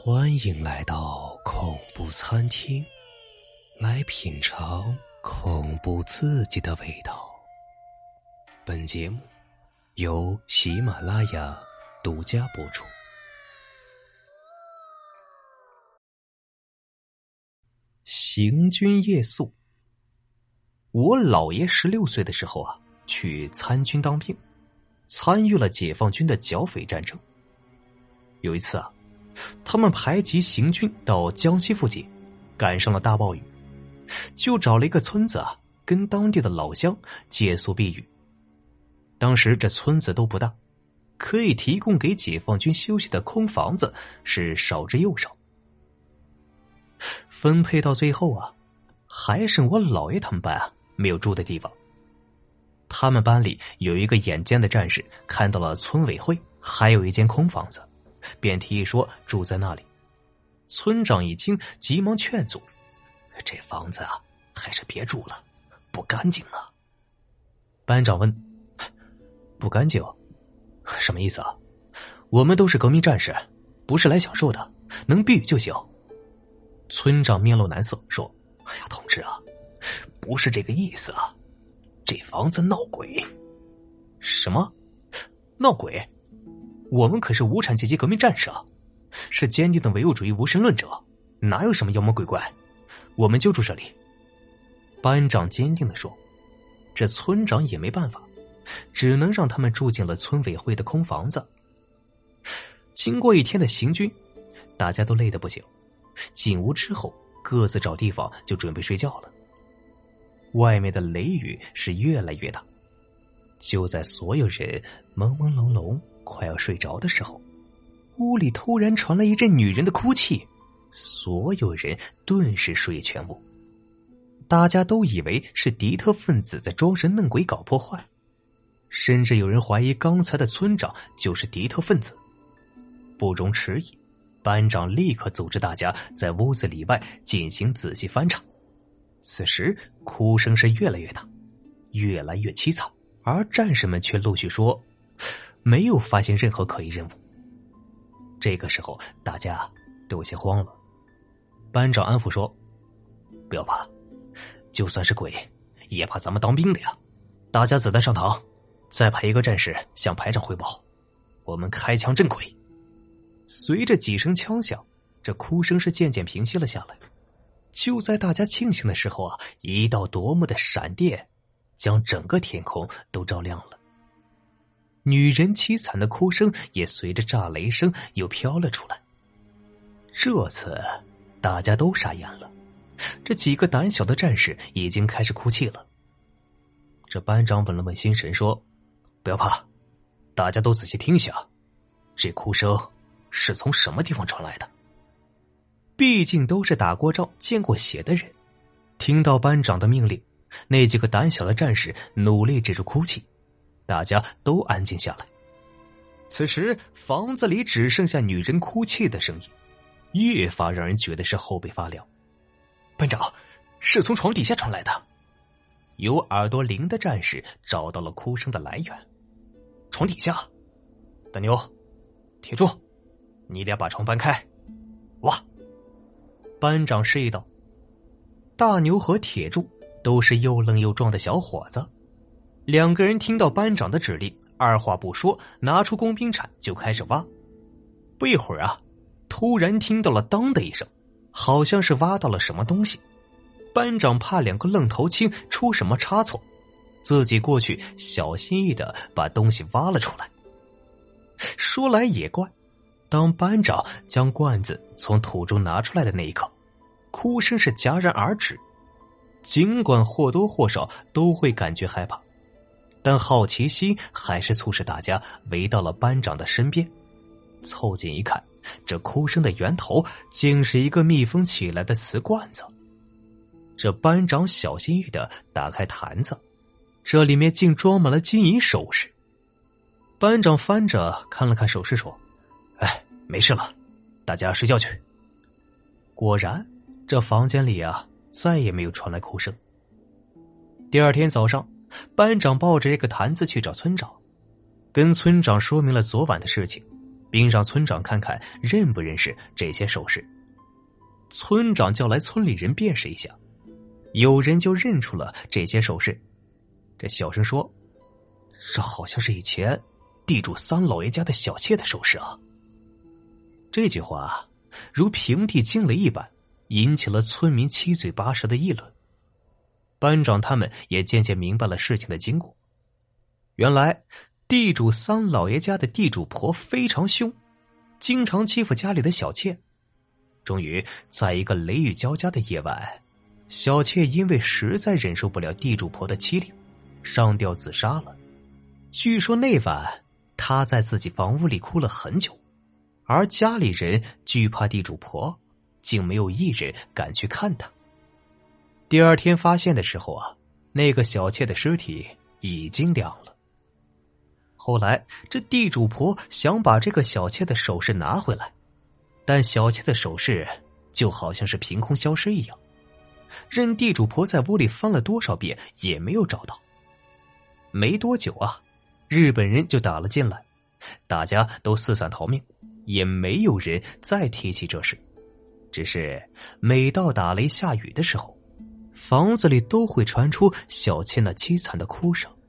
欢迎来到恐怖餐厅，来品尝恐怖刺激的味道。本节目由喜马拉雅独家播出。行军夜宿。我姥爷16岁的时候去参军当兵，参与了解放军的剿匪战争。有一次他们排集行军到江西附近，赶上了大暴雨，就找了一个村子跟当地的老乡借宿避雨。当时这村子都不大，可以提供给解放军休息的空房子是少之又少。分配到最后还剩我姥爷他们班没有住的地方。他们班里有一个眼尖的战士看到了村委会还有一间空房子，便提议说住在那里。村长一听急忙劝阻，这房子还是别住了，不干净啊。班长问，不干净什么意思我们都是革命战士，不是来享受的，能避雨就行。村长面露难色说，哎呀同志不是这个意思这房子闹鬼。什么闹鬼？我们可是无产阶级革命战士是坚定的唯物主义无神论者，哪有什么妖魔鬼怪，我们就住这里。班长坚定地说。这村长也没办法，只能让他们住进了村委会的空房子。经过一天的行军，大家都累得不行，进屋之后各自找地方就准备睡觉了。外面的雷雨是越来越大，就在所有人朦朦胧胧快要睡着的时候，屋里突然传来一阵女人的哭泣，所有人顿时睡意全无。大家都以为是敌特分子在装神弄鬼搞破坏，甚至有人怀疑刚才的村长就是敌特分子。不容迟疑，班长立刻组织大家在屋子里外进行仔细翻查。此时哭声是越来越大，越来越凄惨，而战士们却陆续说没有发现任何可疑人物。这个时候大家都有些慌了。班长安抚说，不要怕，就算是鬼也怕咱们当兵的呀。大家子弹上膛，再派一个战士向排长汇报，我们开枪震鬼。随着几声枪响，这哭声是渐渐平息了下来。就在大家庆幸的时候一道夺目的闪电将整个天空都照亮了。女人凄惨的哭声也随着炸雷声又飘了出来。这次大家都傻眼了，这几个胆小的战士已经开始哭泣了。这班长稳了稳心神说，不要怕，大家都仔细听一下，这哭声是从什么地方传来的。毕竟都是打过仗见过血的人，听到班长的命令，那几个胆小的战士努力止住哭泣，大家都安静下来。此时房子里只剩下女人哭泣的声音，越发让人觉得是后背发凉。班长，是从床底下传来的。有耳朵灵的战士找到了哭声的来源。床底下？大牛，铁柱，你俩把床搬开，挖。班长示意道。大牛和铁柱都是又愣又壮的小伙子，两个人听到班长的指令，二话不说拿出工兵铲就开始挖。不一会儿突然听到了当的一声，好像是挖到了什么东西。班长怕两个愣头青出什么差错，自己过去小心翼翼地把东西挖了出来。说来也怪，当班长将罐子从土中拿出来的那一刻，哭声是戛然而止。尽管或多或少都会感觉害怕，但好奇心还是促使大家围到了班长的身边。凑近一看，这哭声的源头竟是一个密封起来的瓷罐子。这班长小心翼翼地打开坛子，这里面竟装满了金银首饰。班长翻着看了看首饰说，没事了，大家睡觉去。果然这房间里再也没有传来哭声。第二天早上，班长抱着这个坛子去找村长，跟村长说明了昨晚的事情。 并让村长看看认不认识这些首饰。村长叫来村里人辨识一下，有人就认出了这些首饰。这小声说：“这好像是以前地主三老爷家的小妾的首饰啊。”这句话如平地惊雷一般，引起了村民七嘴八舌的议论。班长他们也渐渐明白了事情的经过。原来地主三老爷家的地主婆非常凶，经常欺负家里的小妾。终于在一个雷雨交加的夜晚，小妾因为实在忍受不了地主婆的欺凌，上吊自杀了。据说那晚她在自己房屋里哭了很久，而家里人惧怕地主婆，竟没有一人敢去看她。第二天发现的时候啊，那个小妾的尸体已经凉了。后来这地主婆想把这个小妾的首饰拿回来，但小妾的首饰就好像是凭空消失一样，任地主婆在屋里翻了多少遍也没有找到。没多久啊，日本人就打了进来，大家都四散逃命，也没有人再提起这事。只是每到打雷下雨的时候，房子里都会传出小妾那凄惨的哭声。